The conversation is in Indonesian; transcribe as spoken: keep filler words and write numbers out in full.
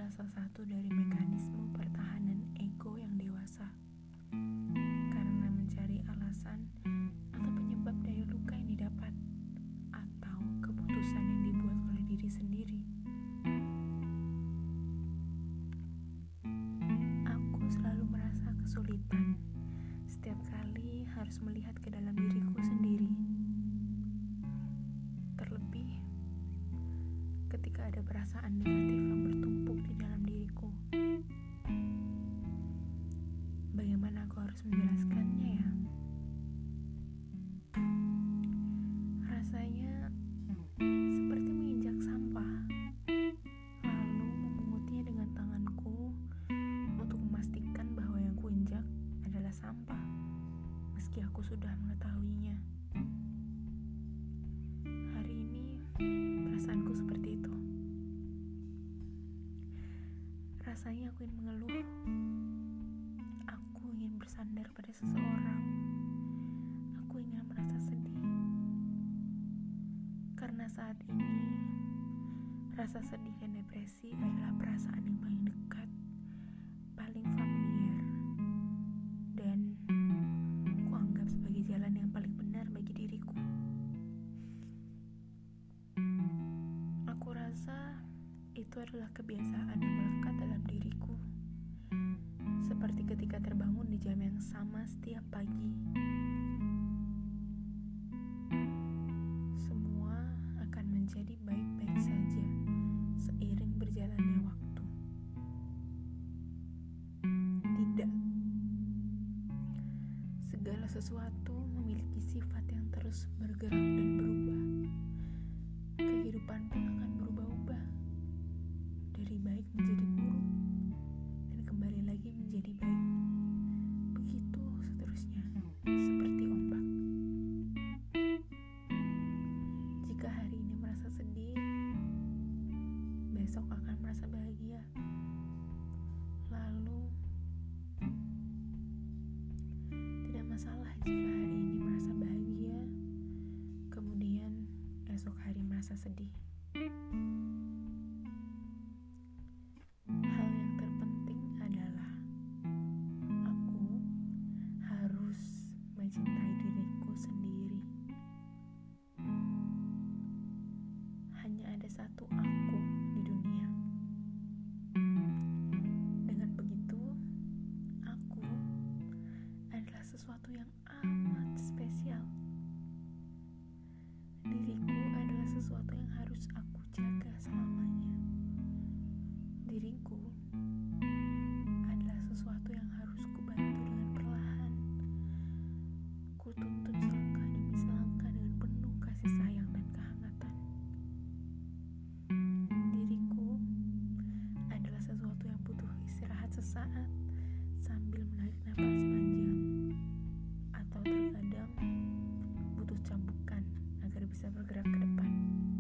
salah satu dari mekanisme pertahanan ego yang dewasa, karena mencari alasan atau penyebab dari luka yang didapat atau keputusan yang dibuat oleh diri sendiri. Aku selalu merasa kesulitan setiap kali harus melihat ke dalam diriku sendiri, terlebih ketika ada perasaan negatif yang bertumpuk di dalam diriku. Bagaimana aku harus menjelaskannya ya? Rasanya seperti menginjak sampah, lalu memungutnya dengan tanganku untuk memastikan bahwa yang kuinjak adalah sampah, meski aku sudah mengetahuinya. Hari ini perasaanku seperti itu. Rasanya aku ingin mengeluh. Aku ingin bersandar pada seseorang. Aku ingin merasa sedih. Karena saat ini, rasa sedih dan depresi adalah perasaan yang paling dekat, paling familiar, dan kuanggap sebagai jalan yang paling benar bagi diriku. Aku rasa itu adalah kebiasaan yang melekat dalam diriku, seperti ketika terbangun di jam yang sama setiap pagi. Semua akan menjadi baik-baik saja seiring berjalannya waktu. Tidak. Segala sesuatu memiliki sifat yang terus bergerak dan berubah. Kehidupan pun akan berubah-ubah, dari baik menjadi buruk, dan kembali lagi menjadi baik. Begitu seterusnya, seperti ombak. Jika hari ini merasa sedih, besok akan merasa bahagia. Lalu, tidak masalah jika hari ini merasa bahagia, kemudian esok hari merasa sedih. Hal yang terpenting adalah aku harus mencintai diriku sendiri. Hanya ada satu aku di dunia. Dengan begitu, aku adalah sesuatu yang amat spesial. Diriku adalah sesuatu yang harus aku jaga selamanya. Diriku adalah sesuatu yang harus kubantu dengan perlahan. Kutuntun selangkah demi selangkah dengan penuh kasih sayang dan kehangatan. Diriku adalah sesuatu yang butuh istirahat sesaat sambil menarik napas panjang, atau terkadang butuh cambukan agar bisa bergerak ke depan.